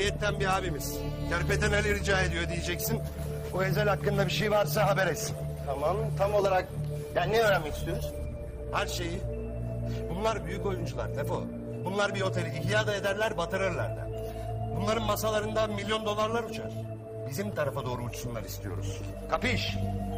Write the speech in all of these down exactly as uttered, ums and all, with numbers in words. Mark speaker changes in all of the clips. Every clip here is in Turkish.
Speaker 1: memleketten bir abimiz. Kerpeten Ali rica ediyor diyeceksin. O Ezel hakkında bir şey varsa haber etsin.
Speaker 2: Tamam, tam olarak yani ne öğrenmek istiyoruz?
Speaker 1: Her şeyi. Bunlar büyük oyuncular Tefo. Bunlar bir oteli ihya da ederler, batırırlar da. Bunların masalarından milyon dolarlar uçar. Bizim tarafa doğru uçsunlar istiyoruz. Kapış?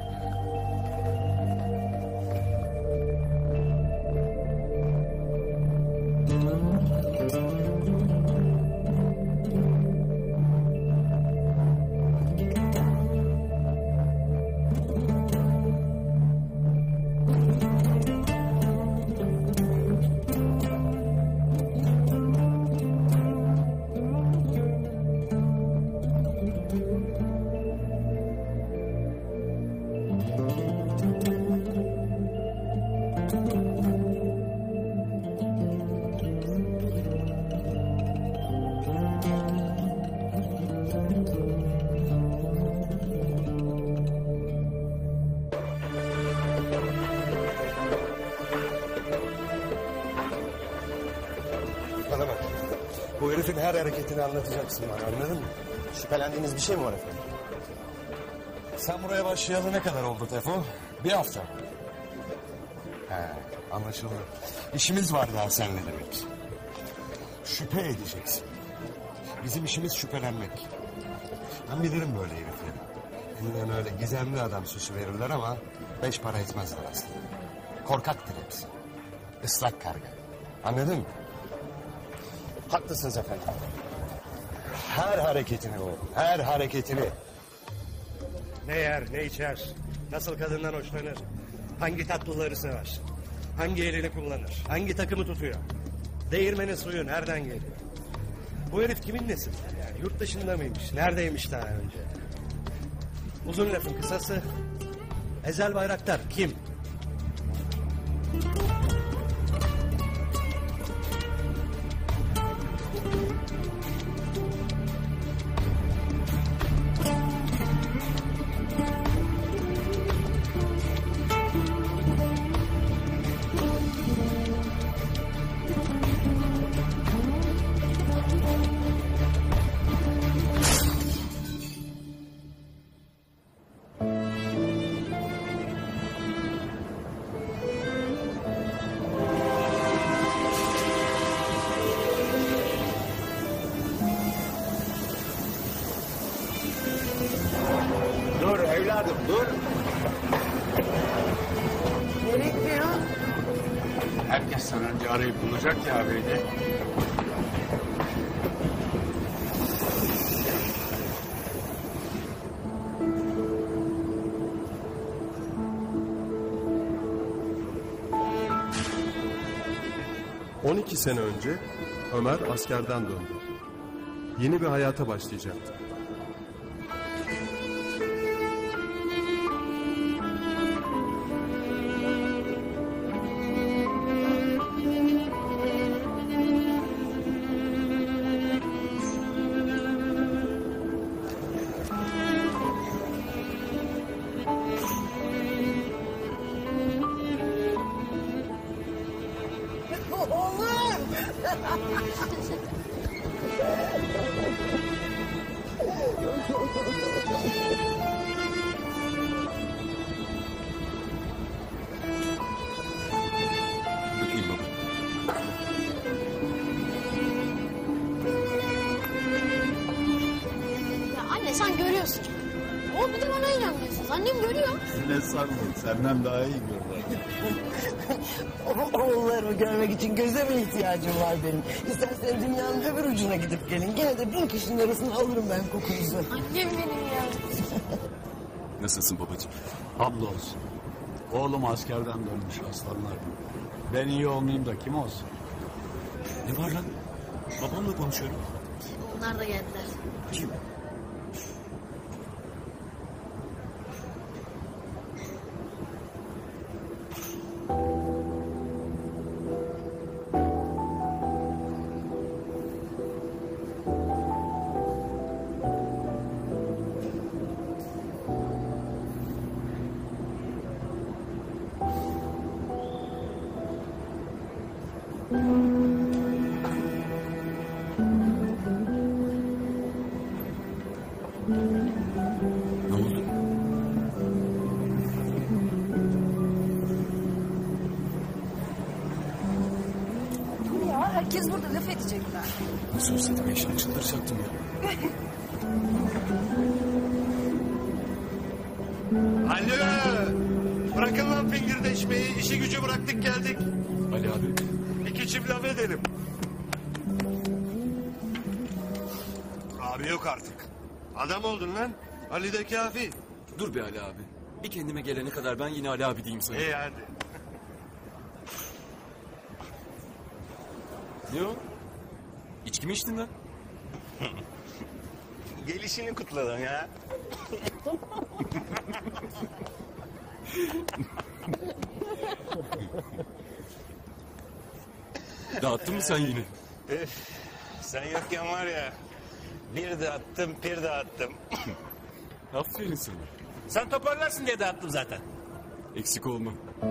Speaker 1: Bana bak. Bu herifin her hareketini anlatacaksın bana, anladın mı?
Speaker 2: Şüphelendiğiniz bir şey mi var efendim?
Speaker 1: Sen buraya başlayalı ne kadar oldu Tefo? Bir hafta. He, anlaşıldı. İşimiz var daha seninle demek. Şüphe edeceksin. Bizim işimiz şüphelenmek. Ben bilirim böyle herifleri. Elinden öyle gizemli adam süsü verirler ama beş para etmezler aslında. Korkaktır hepsi. Islak karga. Anladın mı?
Speaker 2: Haklısınız efendim.
Speaker 1: Her hareketini o, her hareketini. Ne yer, ne içer, nasıl kadından hoşlanır, hangi tatlıları sever, hangi elini kullanır, hangi takımı tutuyor, değirmenin suyu nereden geliyor? Bu herif kimin nesi yani, yurt dışında mıymış, neredeymiş daha önce? Uzun lafın kısası, Ezel Bayraktar kim?
Speaker 2: Dur evladım, dur.
Speaker 3: Nereye gidiyor?
Speaker 4: Herkes sana önce arayıp bulacak ya abiydi.
Speaker 5: on iki sene önce Ömer askerden döndü. Yeni bir hayata başlayacaktı.
Speaker 3: Oğlum!
Speaker 4: Öpeyim baba.
Speaker 6: Ya anne sen görüyorsun. O bir de bana inanmıyorsunuz. Annem görüyor.
Speaker 4: Ne sanmıyorum, senden daha iyi görürler.
Speaker 3: Oğullarımı görmek için göze mi ihtiyacım var benim? İstersen dünyanın öbür ucuna gidip gelin. Gene de bin kişinin arasına alırım ben kokunuzu.
Speaker 6: Annem benim ya.
Speaker 4: Nasılsın babacığım?
Speaker 7: Hamdolsun. Oğlum askerden dönmüş aslanlar. Ben iyi olmayayım da kim olsun?
Speaker 4: Ne var lan? Babamla konuşuyorum.
Speaker 6: Onlar da geldiler.
Speaker 4: Kim?
Speaker 8: Herkes burada laf edecekler.
Speaker 9: Sözledim Eşan, çıldıracaktım ya.
Speaker 1: Alo! Bırakın lan fingirdeşmeyi. İşi gücü bıraktık geldik.
Speaker 9: Ali abi.
Speaker 1: İki çift laf edelim. Abi yok artık. Adam oldun lan. Ali de kafi.
Speaker 9: Dur be Ali abi. Bir kendime gelene kadar ben yine Ali abi diyeyim sana.
Speaker 1: İyi hadi.
Speaker 9: Ne o? İçki mi içtin lan?
Speaker 2: Gelişini kutladım ya.
Speaker 9: Dağıttın mı sen yine?
Speaker 2: Üf, sen yokken var ya, bir de attım, bir de attım.
Speaker 9: Aferin sana.
Speaker 2: Sen toparlarsın diye dağıttım zaten.
Speaker 9: Eksik olma.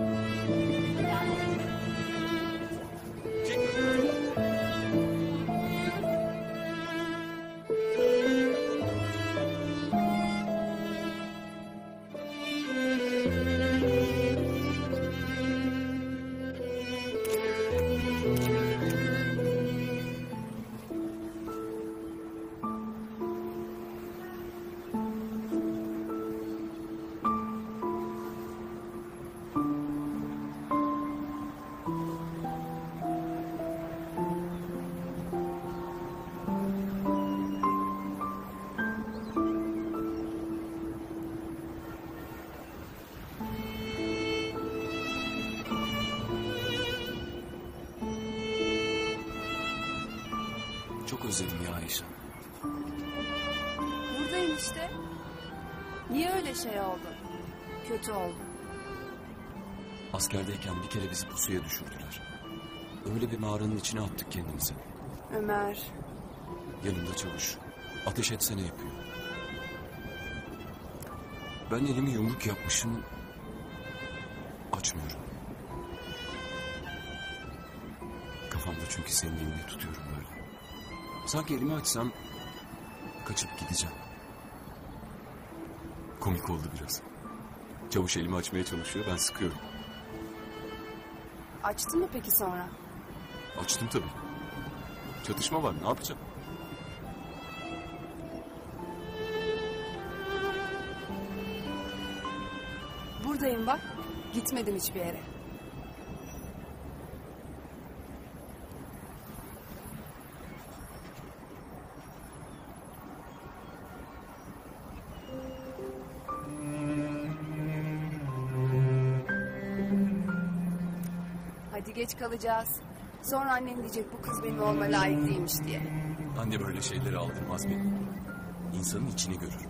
Speaker 9: Çok özledim ya Ayşe.
Speaker 8: Buradayım işte. Niye öyle şey oldu? Kötü oldu.
Speaker 9: Askerdeyken bir kere bizi pusuya düşürdüler. Öyle bir mağaranın içine attık kendimizi.
Speaker 8: Ömer.
Speaker 9: Yanımda çavuş. Ateş etsene yapıyor. Ben elimi yumruk yapmışım. Açmıyorum. Kafamda çünkü senin elini tutuyorum böyle. Sanki elimi açsam kaçıp gideceğim. Komik oldu biraz. Çavuş elimi açmaya çalışıyor, ben sıkıyorum.
Speaker 8: Açtın mı peki sonra?
Speaker 9: Açtım tabii. Çatışma var, ne yapacağım?
Speaker 8: Buradayım bak. Gitmedim hiçbir yere. Hadi geç kalacağız. Sonra annem diyecek bu kız benim olma layık değilmiş diye.
Speaker 9: Anne böyle şeyleri aldırmaz beni. İnsanın içini görür.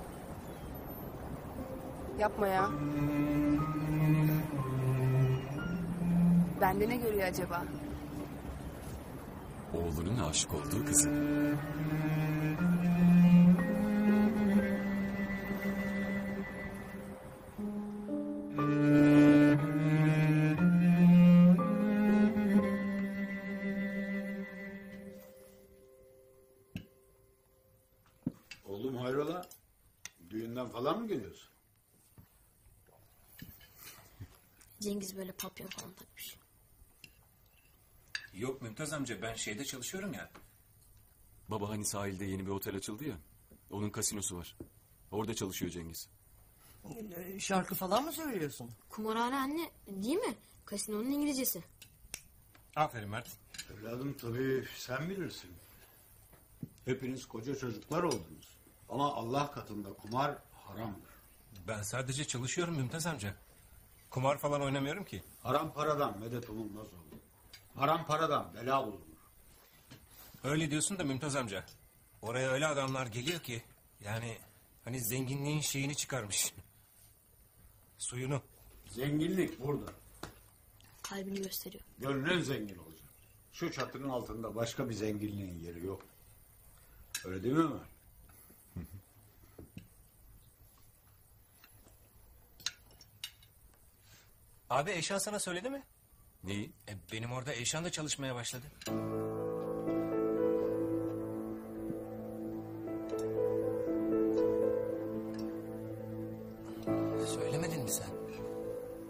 Speaker 8: Yapma ya. Bende ne görüyor acaba?
Speaker 9: Oğlunun aşık olduğu kızı.
Speaker 4: Oğlum hayrola? Düğünden falan mı geliyorsun?
Speaker 6: Cengiz böyle papyon falan takmış.
Speaker 10: Yok Mümtaz amca, ben şeyde çalışıyorum ya.
Speaker 9: Baba hani sahilde yeni bir otel açıldı ya. Onun kasinosu var. Orada çalışıyor Cengiz.
Speaker 3: Şarkı falan mı söylüyorsun?
Speaker 6: Kumarhane anne değil mi? Kasinonun İngilizcesi.
Speaker 10: Aferin Mert.
Speaker 4: Evladım tabii sen bilirsin. Hepiniz koca çocuklar oldunuz. Ama Allah katında kumar haramdır.
Speaker 10: Ben sadece çalışıyorum Mümtaz amca. Kumar falan oynamıyorum ki.
Speaker 4: Haram paradan medet umulmaz oğlum. Haram paradan bela bulunur.
Speaker 10: Öyle diyorsun da Mümtaz amca. Oraya öyle adamlar geliyor ki... Yani hani zenginliğin şeyini çıkarmış. Suyunu.
Speaker 4: Zenginlik burada.
Speaker 6: Kalbini gösteriyor.
Speaker 4: Gönlün zengin olacak. Şu çatının altında başka bir zenginliğin yeri yok. Öyle değil mi Ömer?
Speaker 10: Abi Eyşan sana söyledi mi?
Speaker 9: Neyi?
Speaker 10: E, benim orada Eyşan da çalışmaya başladı. Söylemedin mi sen?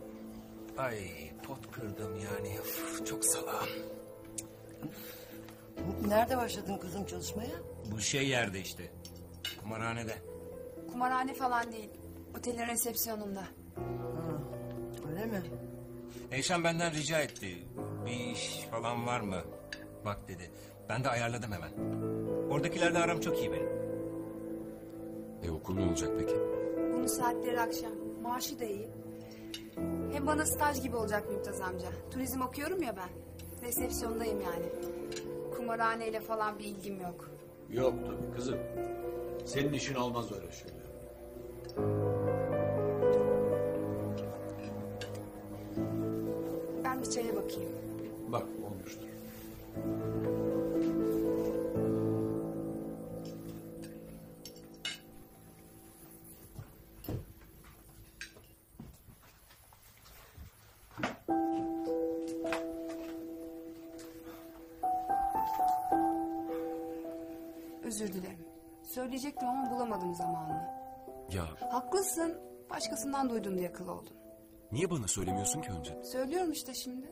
Speaker 10: Ay pot kırdım yani. Uf, çok salağım.
Speaker 3: Nerede başladın kızım çalışmaya?
Speaker 10: Bu şey yerde işte. Kumarhanede.
Speaker 8: Kumarhane falan değil. Otelin resepsiyonunda.
Speaker 3: Öyle mi?
Speaker 10: Eyşan benden rica etti. Bir iş falan var mı? Bak dedi. Ben de ayarladım hemen. Oradakilerle aram çok iyi benim.
Speaker 9: E okul ne olacak peki?
Speaker 8: Bunun saatleri akşam. Maaşı da iyi. Hem bana staj gibi olacak Mümtaz amca. Turizm okuyorum ya ben. Resepsiyondayım yani. Kumarhaneyle falan bir ilgim yok.
Speaker 7: Yok tabii kızım. Senin işin olmaz öyle şeyler.
Speaker 8: Ben bir çaya bakayım.
Speaker 7: Bak olmuştur.
Speaker 8: Özür dilerim. Söyleyecektim ama bulamadım zamanını.
Speaker 9: Ya
Speaker 8: Haklısın. Başkasından duydum diye kıl oldun.
Speaker 9: niye bana söylemiyorsun ki önce?
Speaker 8: Söylüyorum işte şimdi.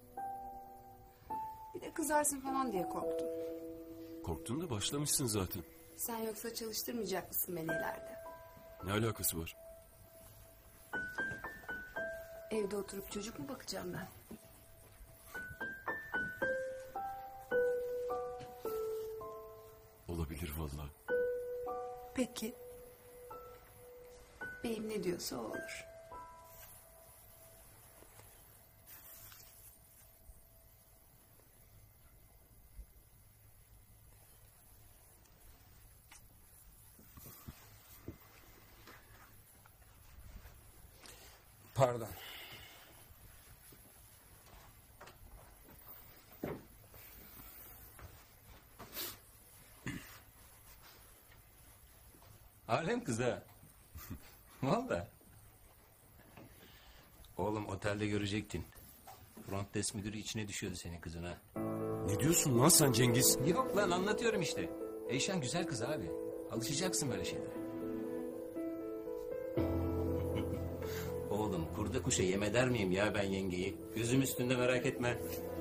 Speaker 8: Bir de kızarsın falan diye korktum.
Speaker 9: Korktun da başlamışsın zaten.
Speaker 8: Sen yoksa çalıştırmayacak mısın beni ileride?
Speaker 9: Ne alakası var?
Speaker 8: Evde oturup çocuk mu bakacağım ben?
Speaker 9: Olabilir vallahi.
Speaker 8: Peki. Beyim ne diyorsa o olur.
Speaker 10: Pardon. Alem kız ha. Ne oldu? Oğlum otelde görecektin. Front desk müdürü içine düşüyordu senin kızın ha.
Speaker 9: Ne diyorsun lan sen Cengiz?
Speaker 10: Yok lan anlatıyorum işte. Eyşan güzel kız abi. Alışacaksın böyle şeylere. Oğlum kurda kuşa yem eder miyim ya ben yengeyi? Gözüm üstünde merak etme.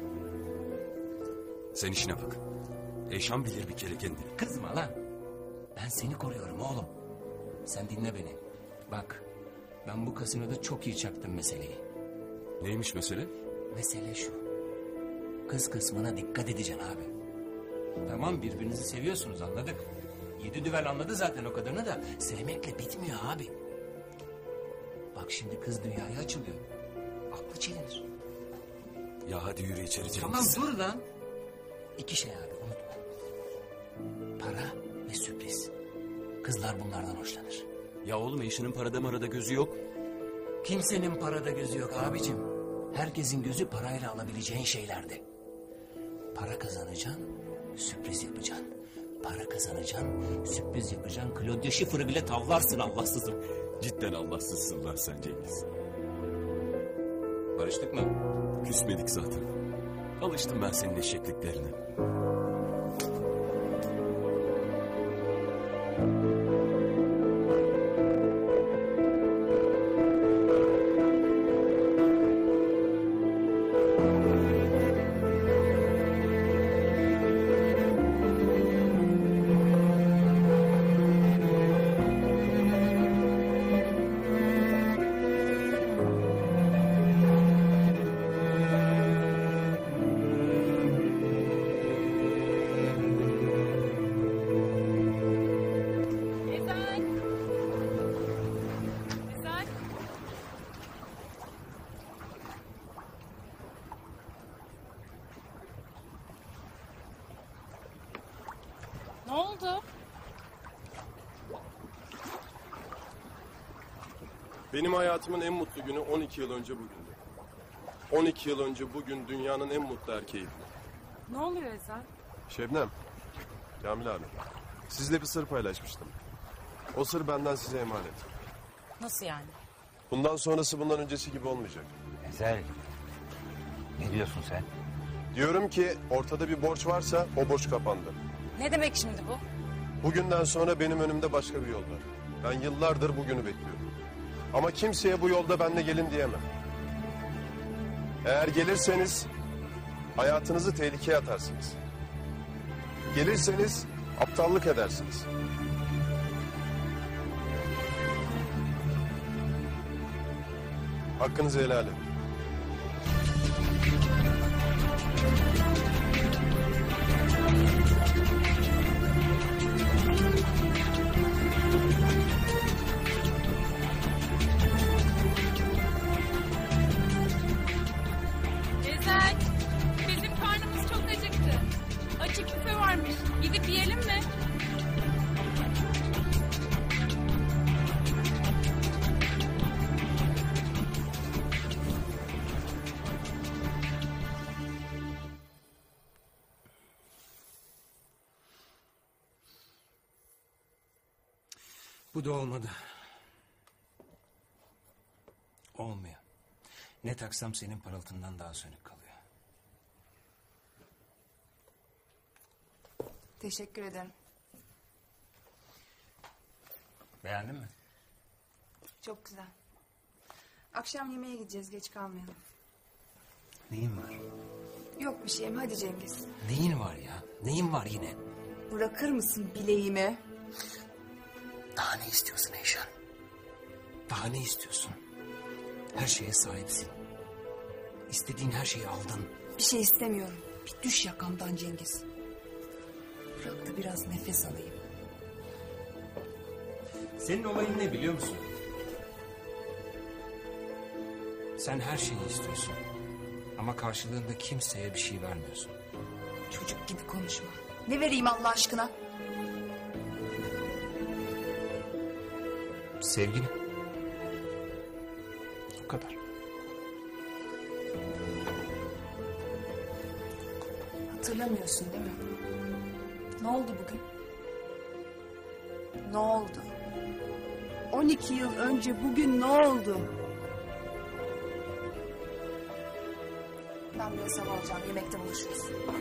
Speaker 9: Sen işine bak. Eyşan bilir bir kere kendini.
Speaker 10: Kızma lan. Ben seni koruyorum oğlum. Sen dinle beni. Bak ben bu kasinoda çok iyi çaktım meseleyi.
Speaker 9: Neymiş mesele?
Speaker 10: Mesele şu. Kız kısmına dikkat edeceksin abi. Tamam birbirinizi seviyorsunuz anladık. Yedi düvel anladı zaten o kadarını da. Sevmekle bitmiyor abi. Bak şimdi kız dünyaya açılıyor. Aklı çelinir.
Speaker 9: Ya hadi yürü içeri Cengiz.
Speaker 10: Tamam dur lan. İki şey abi unutma. Para ve sürpriz. Kızlar bunlardan hoşlanır.
Speaker 9: Ya oğlum Eyşan'ın parada marada gözü yok.
Speaker 10: Kimsenin parada gözü yok abicim. Herkesin gözü parayla alabileceğin şeylerde. Para kazanacaksın, sürpriz yapacaksın. Para kazanacaksın, sürpriz yapacaksın. Claudia Schiffer'ı bile tavlarsın Allahsızım.
Speaker 9: Cidden Allahsızsın lan sen Cengiz.
Speaker 10: Barıştık mı?
Speaker 9: Küsmedik zaten. Alıştım ben senin eşekliklerine.
Speaker 11: Ne oldu?
Speaker 5: Benim hayatımın en mutlu günü on iki yıl önce bugündü. on iki yıl önce bugün dünyanın en mutlu erkeğiydim.
Speaker 11: Ne oluyor Ezel?
Speaker 5: Şebnem, Kamil abi, sizle bir sır paylaşmıştım. O sır benden size emanet.
Speaker 11: Nasıl yani?
Speaker 5: Bundan sonrası bundan öncesi gibi olmayacak.
Speaker 2: Ezel. Ne diyorsun sen?
Speaker 5: Diyorum ki ortada bir borç varsa o borç kapandı.
Speaker 11: Ne demek şimdi bu?
Speaker 5: Bugünden sonra benim önümde başka bir yol var. Ben yıllardır bugünü bekliyorum. Ama kimseye bu yolda benle gelin diyemem. Eğer gelirseniz hayatınızı tehlikeye atarsınız. Gelirseniz aptallık edersiniz. Hakkınızı helal edin.
Speaker 11: Ezel, bizim karnımız çok acıktı. Açık büfe varmış. Gidip yiyelim mi?
Speaker 10: Bu da olmadı. Olmuyor. Ne taksam senin parıltından daha sönük kalıyor.
Speaker 8: Teşekkür ederim.
Speaker 10: Beğendin mi?
Speaker 8: Çok güzel. Akşam yemeğe gideceğiz, geç kalmayalım.
Speaker 10: Neyin var?
Speaker 8: Yok bir şeyim, hadi Cengiz.
Speaker 10: Neyin var ya? Neyin var yine?
Speaker 8: Bırakır mısın bileğimi?
Speaker 10: Daha ne istiyorsun Eyşan? Daha ne istiyorsun? Her şeye sahipsin. İstediğin her şeyi aldın.
Speaker 8: Bir şey istemiyorum. Bir düş yakamdan Cengiz. Bırak da biraz nefes alayım.
Speaker 10: Senin olayın ne biliyor musun? Sen her şeyi istiyorsun. Ama karşılığında kimseye bir şey vermiyorsun.
Speaker 8: Çocuk gibi konuşma. Ne vereyim Allah aşkına?
Speaker 10: Sevgini. O kadar.
Speaker 8: Hatırlamıyorsun değil mi? Ne oldu bugün? Ne oldu? on iki yıl önce bugün ne oldu? Ben biraz hava alacağım. Yemekte buluşuruz.